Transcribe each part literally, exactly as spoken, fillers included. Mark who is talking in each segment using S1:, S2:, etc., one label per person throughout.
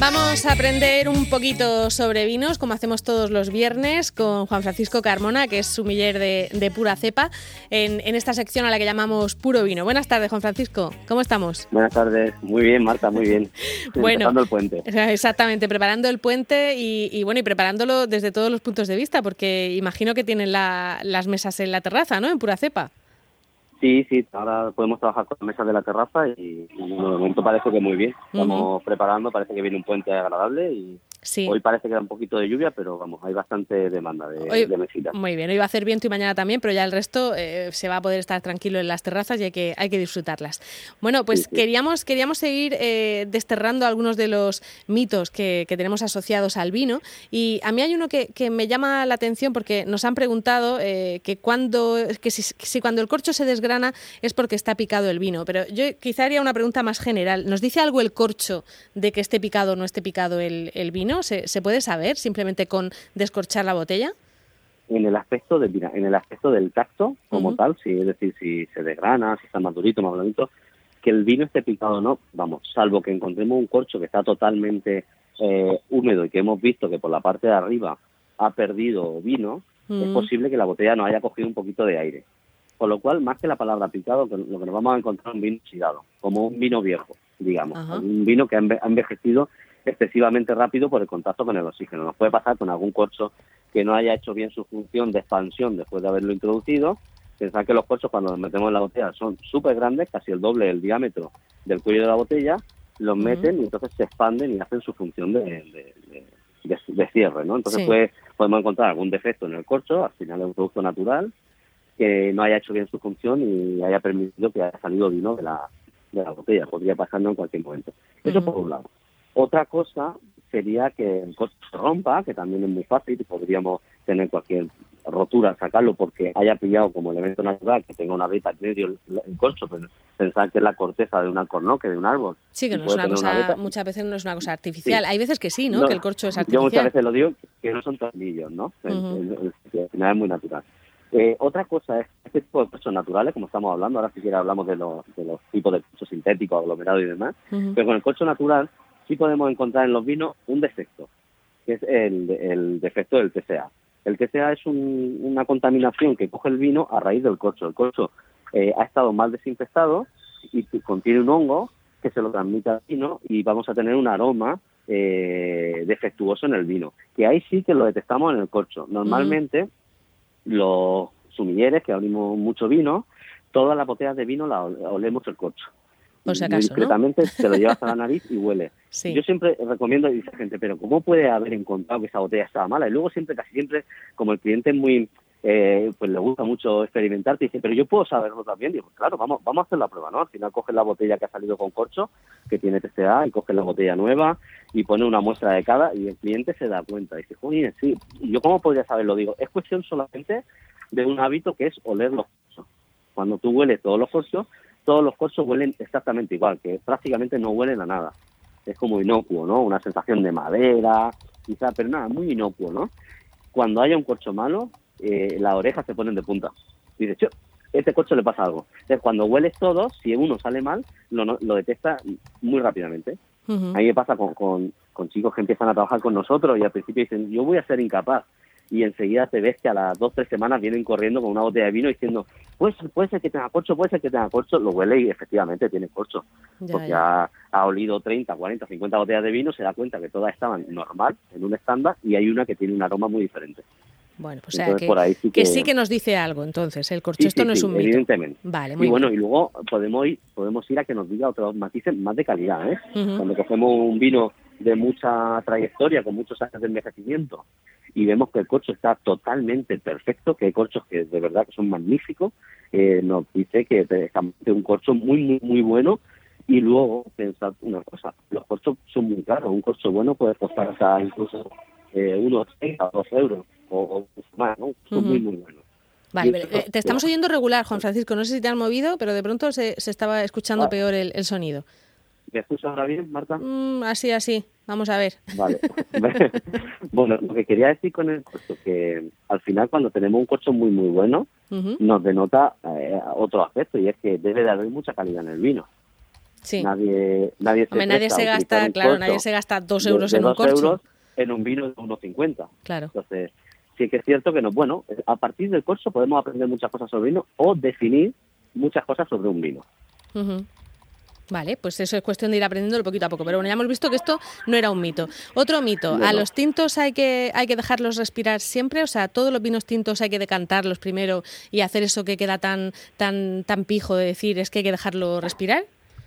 S1: Vamos a aprender un poquito sobre vinos, como hacemos todos los viernes, con Juan Francisco Carmona, que es sumiller de, de pura cepa, en, en esta sección a la que llamamos Puro Vino. Buenas tardes, Juan Francisco. ¿Cómo estamos?
S2: Buenas tardes. Muy bien, Marta, muy bien.
S1: Bueno,
S2: preparando el puente.
S1: Exactamente, preparando el puente y, y bueno, y preparándolo desde todos los puntos de vista, porque imagino que tienen la, las mesas en la terraza, ¿no? En pura cepa.
S2: Sí, sí, ahora podemos trabajar con las mesas de la terraza y, y de momento parece que muy bien. Estamos uh-huh. preparando, parece que viene un puente agradable y sí. Hoy parece que da un poquito de lluvia, pero vamos, hay bastante demanda de,
S1: hoy,
S2: de mesitas.
S1: Muy bien, hoy va a hacer viento y mañana también, pero ya el resto eh, se va a poder estar tranquilo en las terrazas y hay que, hay que disfrutarlas. Bueno, pues sí, sí. queríamos queríamos seguir eh, desterrando algunos de los mitos que, que tenemos asociados al vino, y a mí hay uno que, que me llama la atención porque nos han preguntado eh, que, cuando, que si, si cuando el corcho se desgrana es porque está picado el vino, pero yo quizá haría una pregunta más general. ¿Nos dice algo el corcho de que esté picado o no esté picado el, el vino? ¿Se, ¿Se puede saber simplemente con descorchar la botella?
S2: En el aspecto de, mira, en el aspecto del tacto como uh-huh. tal, sí, es decir, si se desgrana, si está más durito, más blandito, que el vino esté picado o no, vamos, salvo que encontremos un corcho que está totalmente eh, húmedo y que hemos visto que por la parte de arriba ha perdido vino, uh-huh. es posible que la botella no haya cogido un poquito de aire. Con lo cual, más que la palabra picado, lo que nos vamos a encontrar es un vino oxidado, como un vino viejo, digamos, uh-huh. un vino que ha envejecido excesivamente rápido por el contacto con el oxígeno. Nos puede pasar con algún corcho que no haya hecho bien su función de expansión después de haberlo introducido. Pensar que los corchos, cuando los metemos en la botella, son súper grandes, casi el doble del diámetro del cuello de la botella, los uh-huh. meten y entonces se expanden y hacen su función de, de, de, de, de cierre, ¿no? Entonces sí. puede, podemos encontrar algún defecto en el corcho, al final es un producto natural, que no haya hecho bien su función y haya permitido que haya salido vino de la, de la botella. Podría pasarnos en cualquier momento. Eso uh-huh. por un lado. Otra cosa sería que el corcho se rompa, que también es muy fácil, y podríamos tener cualquier rotura, sacarlo porque haya pillado como elemento natural, que tenga una veta en medio el, el corcho, pero pensar que es la corteza de un alcornoque, de un árbol.
S1: Sí, que no es una cosa, una muchas veces no es una cosa artificial. Sí. Hay veces que sí, ¿no? no, que el corcho es artificial.
S2: Yo muchas veces lo digo, que no son tornillos, ¿no? Uh-huh. el, el, el, al final es muy natural. Eh, otra cosa es este tipo de corchos naturales, como estamos hablando, ahora si siquiera hablamos de los, de los tipos de corchos sintéticos, aglomerados y demás, uh-huh. pero con el corcho natural sí podemos encontrar en los vinos un defecto, que es el, el defecto del T C A. El T C A es un, una contaminación que coge el vino a raíz del corcho. El corcho eh, ha estado mal desinfectado y contiene un hongo que se lo transmite al vino y vamos a tener un aroma eh, defectuoso en el vino, que ahí sí que lo detectamos en el corcho. Normalmente, uh-huh. los sumilleres, que abrimos mucho vino, todas las botellas de vino las olemos el corcho.
S1: Por si acaso,
S2: discretamente,
S1: ¿no?
S2: te lo llevas a la nariz y huele.
S1: Sí.
S2: Yo siempre recomiendo, y dice gente, pero ¿cómo puede haber encontrado que esa botella estaba mala? Y luego siempre, casi siempre, como el cliente es muy, eh, pues le gusta mucho experimentar, te dice, pero yo puedo saberlo también. Digo, claro, vamos vamos a hacer la prueba, ¿no? Al final coges la botella que ha salido con corcho, que tiene T C A, y coges la botella nueva y pone una muestra de cada, y el cliente se da cuenta. Dice, oye, sí, ¿y yo cómo podría saberlo? Digo, es cuestión solamente de un hábito que es oler los corchos. Cuando tú hueles todos los corchos, todos los corchos huelen exactamente igual, que prácticamente no huelen a nada. Es como inocuo, ¿no? Una sensación de madera, quizá, pero nada, muy inocuo, ¿no? Cuando haya un corcho malo, eh, las orejas se ponen de punta. Y dices, este corcho le pasa algo. Entonces, cuando hueles todos, si uno sale mal, lo, lo detecta muy rápidamente. Uh-huh. A mí me pasa con, con, con chicos que empiezan a trabajar con nosotros y al principio dicen, yo voy a ser incapaz. Y enseguida te ves que a las dos o tres semanas vienen corriendo con una botella de vino diciendo, pues puede ser que tenga corcho, puede ser que tenga corcho, lo huele y efectivamente tiene corcho. Ya, porque ya. Ha, ha olido treinta, cuarenta, cincuenta botellas de vino, se da cuenta que todas estaban normal, en un estándar, y hay una que tiene un aroma muy diferente.
S1: Bueno, pues entonces, o sea, que, por ahí sí que... que sí que nos dice algo, entonces, el corcho,
S2: sí,
S1: esto
S2: sí,
S1: no
S2: sí,
S1: es un mito.
S2: Evidentemente.
S1: Vale, muy
S2: y bueno,
S1: bien.
S2: Y luego podemos ir, podemos ir a que nos diga otros matices más de calidad, ¿eh?
S1: Uh-huh.
S2: Cuando cogemos un vino de mucha trayectoria, con muchos años de envejecimiento, y vemos que el corcho está totalmente perfecto, que hay corchos que de verdad que son magníficos, eh, nos dice que estamos de un corcho muy, muy, muy bueno. Y luego pensar una cosa, los corchos son muy caros, un corcho bueno puede costar hasta incluso eh, unos treinta o dos euros o, o más, ¿no? Son uh-huh. muy, muy buenos.
S1: Vale, pero, eh, te estamos oyendo regular, Juan Francisco, no sé si te han movido, pero de pronto se, se estaba escuchando ah. peor el, el sonido.
S2: ¿Me escuchas ahora bien, Marta?
S1: Mm, así, así. Vamos a ver.
S2: Vale. Bueno, lo que quería decir con el corcho, que al final cuando tenemos un corcho muy, muy bueno, uh-huh. nos denota eh, otro aspecto, y es que debe de haber mucha calidad en el vino.
S1: Sí.
S2: Nadie, nadie se,
S1: Hombre, nadie se gasta, claro, nadie se gasta dos euros
S2: de, de
S1: en un
S2: dos
S1: corcho.
S2: Euros en un vino de uno cincuenta.
S1: Claro.
S2: Entonces, sí que es cierto que no, bueno, a partir del corcho podemos aprender muchas cosas sobre vino o definir muchas cosas sobre un vino.
S1: Uh-huh. Vale, pues eso es cuestión de ir aprendiéndolo poquito a poco. Pero bueno, ya hemos visto que esto no era un mito. Otro mito,
S2: No,
S1: ¿a
S2: no.
S1: los tintos hay que hay que dejarlos respirar siempre? O sea, ¿todos los vinos tintos hay que decantarlos primero y hacer eso que queda tan tan tan pijo de decir es que hay que dejarlo respirar?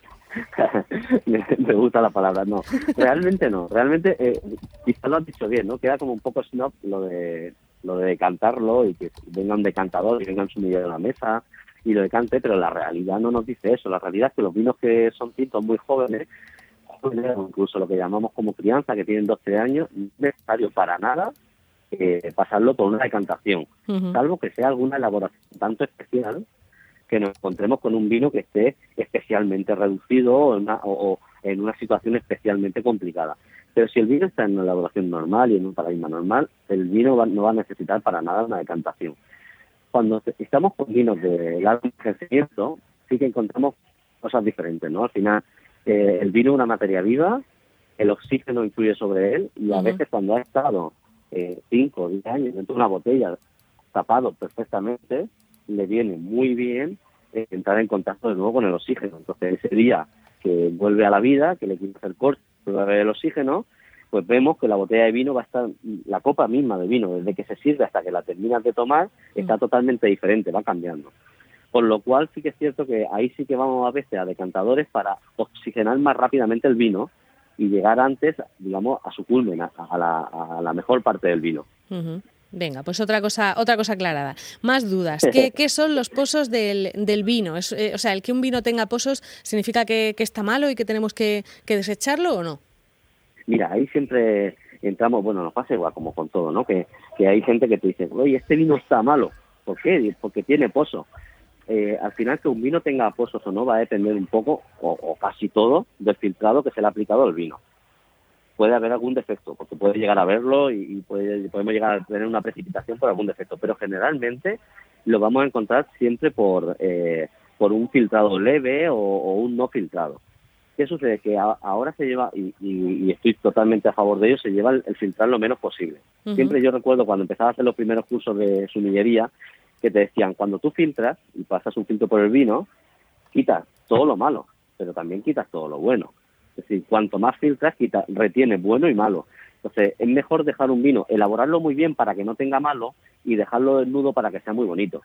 S2: me, me gusta la palabra, no. Realmente no. Realmente, eh, quizás lo has dicho bien, ¿no? Queda como un poco snob lo de lo de decantarlo y que venga un decantador y venga un sumidero a la mesa y lo decante, pero la realidad no nos dice eso. La realidad es que los vinos que son tintos muy jóvenes, jóvenes o incluso lo que llamamos como crianza, que tienen doce años, no es necesario para nada eh, pasarlo por una decantación,
S1: Uh-huh.
S2: salvo que sea alguna elaboración tanto especial que nos encontremos con un vino que esté especialmente reducido o en una, o, o en una situación especialmente complicada. Pero si el vino está en una elaboración normal y en un paradigma normal, el vino va, no va a necesitar para nada una decantación. Cuando estamos con vinos de largo envejecimiento, sí que encontramos cosas diferentes, ¿no? Al final, eh, el vino es una materia viva, el oxígeno influye sobre él y a
S1: Uh-huh.
S2: veces cuando ha estado cinco o diez años dentro de una botella tapado perfectamente, le viene muy bien eh, entrar en contacto de nuevo con el oxígeno. Entonces, ese día que vuelve a la vida, que le quitas el corcho, vuelve el oxígeno, pues vemos que la botella de vino va a estar, la copa misma de vino, desde que se sirve hasta que la terminas de tomar, está mm. totalmente diferente, va cambiando. Por lo cual sí que es cierto que ahí sí que vamos a veces a decantadores para oxigenar más rápidamente el vino y llegar antes, digamos, a su culmen, a, a, la, a la mejor parte del vino.
S1: Uh-huh. Venga, pues otra cosa, otra cosa aclarada. Más dudas. ¿Qué, qué son los pozos del, del vino? Es, eh, o sea, el que un vino tenga pozos significa que, que está malo y que tenemos que, que desecharlo o no.
S2: Mira, ahí siempre entramos, bueno, nos pasa igual como con todo, ¿no? Que, que hay gente que te dice, oye, este vino está malo. ¿Por qué? Porque tiene pozo. Eh, al final, que un vino tenga pozos o no va a depender un poco, o, o casi todo, del filtrado que se le ha aplicado al vino. Puede haber algún defecto, porque puede llegar a verlo y, y puede, podemos llegar a tener una precipitación por algún defecto, pero generalmente lo vamos a encontrar siempre por, eh, por un filtrado leve o, o un no filtrado. ¿Qué sucede? Que a, ahora se lleva, y, y, y estoy totalmente a favor de ello, se lleva el, el filtrar lo menos posible. Uh-huh. Siempre yo recuerdo cuando empezaba a hacer los primeros cursos de sumillería, que te decían, cuando tú filtras y pasas un filtro por el vino, quitas todo lo malo, pero también quitas todo lo bueno. Es decir, cuanto más filtras, quita, retienes bueno y malo. Entonces, es mejor dejar un vino, elaborarlo muy bien para que no tenga malo y dejarlo desnudo para que sea muy bonito.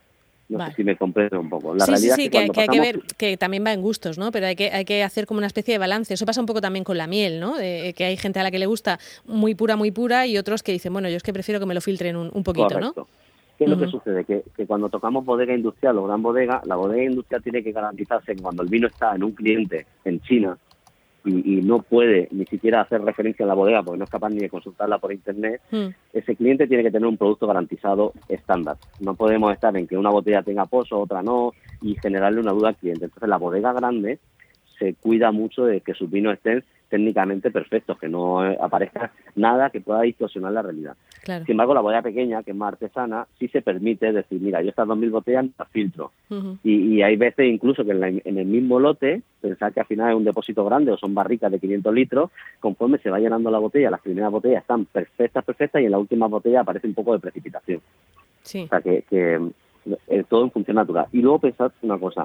S2: No
S1: vale.
S2: sé si me comprende un poco. La
S1: sí,
S2: realidad
S1: sí, sí,
S2: es que,
S1: que, que
S2: pasamos...
S1: hay que ver que también va en gustos, ¿no? Pero hay que, hay que hacer como una especie de balance. Eso pasa un poco también con la miel, ¿no? De, que hay gente a la que le gusta muy pura, muy pura y otros que dicen, bueno, yo es que prefiero que me lo filtren un, un poquito,
S2: Correcto.
S1: ¿no?
S2: ¿Qué es
S1: uh-huh.
S2: lo que sucede? Que, que cuando tocamos bodega industrial o gran bodega, la bodega industrial tiene que garantizarse que cuando el vino está en un cliente en China y, y no puede ni siquiera hacer referencia a la bodega porque no es capaz ni de consultarla por internet, mm. ese cliente tiene que tener un producto garantizado estándar. No podemos estar en que una botella tenga pozo, otra no, y generarle una duda al cliente. Entonces la bodega grande se cuida mucho de que sus vinos estén técnicamente perfectos, que no aparezca nada que pueda distorsionar la realidad.
S1: Claro.
S2: Sin embargo, la bodega pequeña, que es más artesana, sí se permite decir, mira, yo estas dos mil botellas las filtro. Uh-huh. Y, y hay veces incluso que en, la, en el mismo lote, pensar que al final es un depósito grande o son barricas de quinientos litros, conforme se va llenando la botella, las primeras botellas están perfectas, perfectas, y en la última botella aparece un poco de precipitación.
S1: Sí.
S2: O sea, que, que eh, todo en función natural. Y luego pensad una cosa,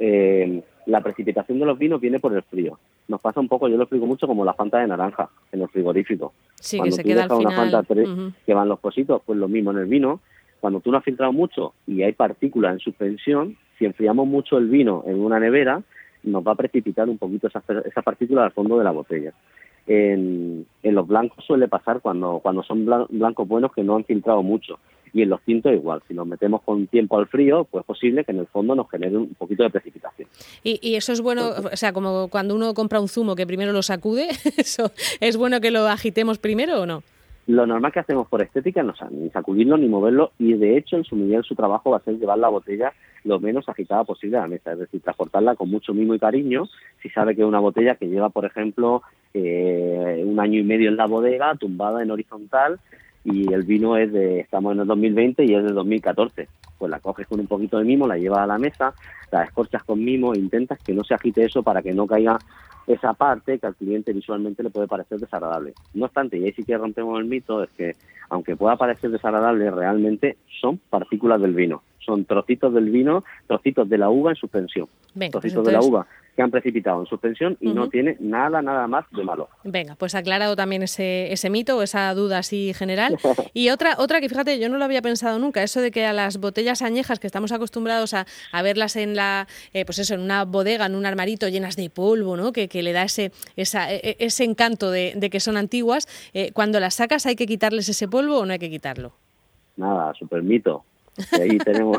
S2: eh, la precipitación de los vinos viene por el frío. Nos pasa un poco, yo lo explico mucho, como la fanta de naranja en el frigorífico.
S1: Sí,
S2: cuando
S1: que se
S2: tú
S1: queda al
S2: dejas
S1: final.
S2: Una fanta tres,
S1: uh-huh.
S2: que van los positos, pues lo mismo en el vino. Cuando tú no has filtrado mucho y hay partículas en suspensión, si enfriamos mucho el vino en una nevera, nos va a precipitar un poquito esas, esas partículas al fondo de la botella. En, en los blancos suele pasar cuando, cuando son blancos buenos que no han filtrado mucho. Y en los tintos igual, si nos metemos con tiempo al frío, pues es posible que en el fondo nos genere un poquito de precipitación.
S1: Y, y eso es bueno, o sea, como cuando uno compra un zumo que primero lo sacude, ¿eso es bueno que lo agitemos primero o no?
S2: Lo normal que hacemos por estética no es ni sacudirlo ni moverlo, y de hecho el sommelier su trabajo va a ser llevar la botella lo menos agitada posible a la mesa, es decir, transportarla con mucho mimo y cariño. Si sabe que es una botella que lleva, por ejemplo, eh, un año y medio en la bodega, tumbada en horizontal, y el vino es de, estamos en el dos mil veinte y es de dos mil catorce. pues la coges con un poquito de mimo, la llevas a la mesa, la escorchas con mimo e intentas que no se agite eso para que no caiga esa parte que al cliente visualmente le puede parecer desagradable. No obstante, y ahí sí que rompemos el mito, es que aunque pueda parecer desagradable, realmente son partículas del vino. Son trocitos del vino, trocitos de la uva en suspensión.
S1: Venga,
S2: trocitos
S1: pues
S2: de la
S1: entonces...
S2: uva que han precipitado en suspensión y uh-huh. no tiene nada, nada más de malo.
S1: Venga, pues aclarado también ese, ese mito o esa duda así general. Y otra, otra que fíjate, yo no lo había pensado nunca, eso de que a las botellas añejas que estamos acostumbrados a, a verlas en la, eh, pues eso, en una bodega, en un armarito llenas de polvo, ¿no? Que, que le da ese, esa, ese encanto de, de que son antiguas. Eh, cuando las sacas, ¿hay que quitarles ese polvo o no hay que quitarlo?
S2: Nada, súper mito. Y ahí tenemos,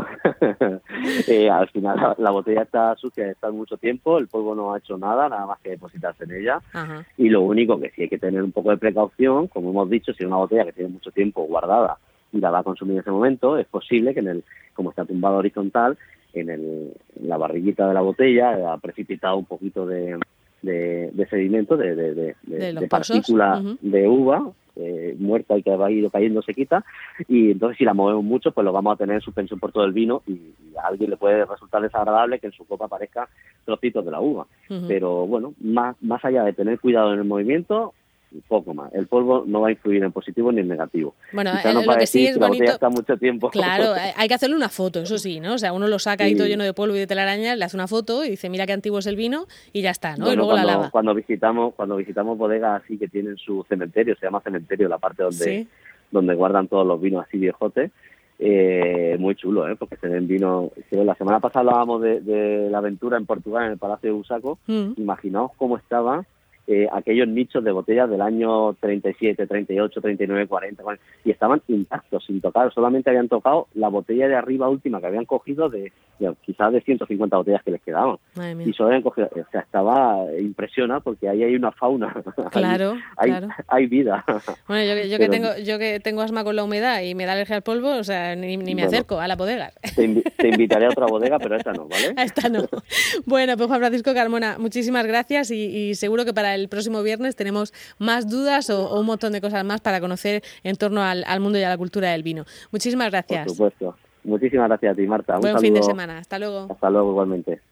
S2: eh, al final la, la botella está sucia, está mucho tiempo, el polvo no ha hecho nada, nada más que depositarse en ella. Ajá. Y lo único que sí hay que tener un poco de precaución, como hemos dicho, si es una botella que tiene mucho tiempo guardada y la va a consumir en ese momento, es posible que en el, como está tumbado horizontal, en, el, en la barriguita de la botella ha precipitado un poquito de, de, de sedimento, de, de, de, de, de partículas uh-huh. de uva, Eh, muerta y que va a ir cayendo se quita, y entonces si la movemos mucho pues lo vamos a tener en suspensión por todo el vino y, y a alguien le puede resultar desagradable que en su copa aparezcan trocitos de la uva. Uh-huh. Pero bueno, más, más allá de tener cuidado en el movimiento, poco más. El polvo no va a influir en positivo ni en negativo.
S1: Bueno, eh, lo que sí es
S2: la
S1: bonito...
S2: está mucho tiempo.
S1: Claro, hay que hacerle una foto, eso sí, ¿no? O sea, uno lo saca ahí sí. todo lleno de polvo y de telarañas, le hace una foto y dice, mira qué antiguo es el vino y ya está, ¿no?
S2: Bueno,
S1: y luego
S2: cuando,
S1: la lava.
S2: Cuando visitamos, cuando visitamos bodegas así que tienen su cementerio, se llama cementerio, la parte donde, ¿sí? donde guardan todos los vinos así viejotes, eh, muy chulo, ¿eh? Porque se ven vinos... La semana pasada hablábamos de, de la aventura en Portugal, en el Palacio de Usaco. Mm. Imaginaos cómo estaba... Eh, aquellos nichos de botellas del año treinta y siete, treinta y ocho, treinta y nueve, cuarenta, cuarenta y estaban intactos, sin tocar, solamente habían tocado la botella de arriba última que habían cogido de, de quizás de ciento cincuenta botellas que les quedaban. Y solo habían cogido, o sea, estaba impresionado porque ahí hay una fauna.
S1: Claro,
S2: hay,
S1: claro.
S2: Hay vida.
S1: Bueno, yo, yo, Pero, que tengo, yo que tengo asma con la humedad y me da alergia al polvo, o sea, ni, ni me bueno, acerco a la bodega.
S2: Te, invi- te invitaré a otra bodega, pero a esta no, ¿vale?
S1: A esta no. Bueno, pues Juan Francisco Carmona, muchísimas gracias y, y seguro que para el próximo viernes tenemos más dudas o, o un montón de cosas más para conocer en torno al, al mundo y a la cultura del vino. Muchísimas gracias.
S2: Por supuesto. Muchísimas gracias a ti, Marta. Un
S1: Buen
S2: saludo.
S1: fin de semana. Hasta luego.
S2: Hasta luego, igualmente.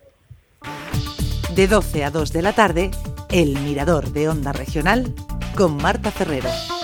S3: De doce a dos de la tarde, El Mirador de Onda Regional con Marta Ferrero.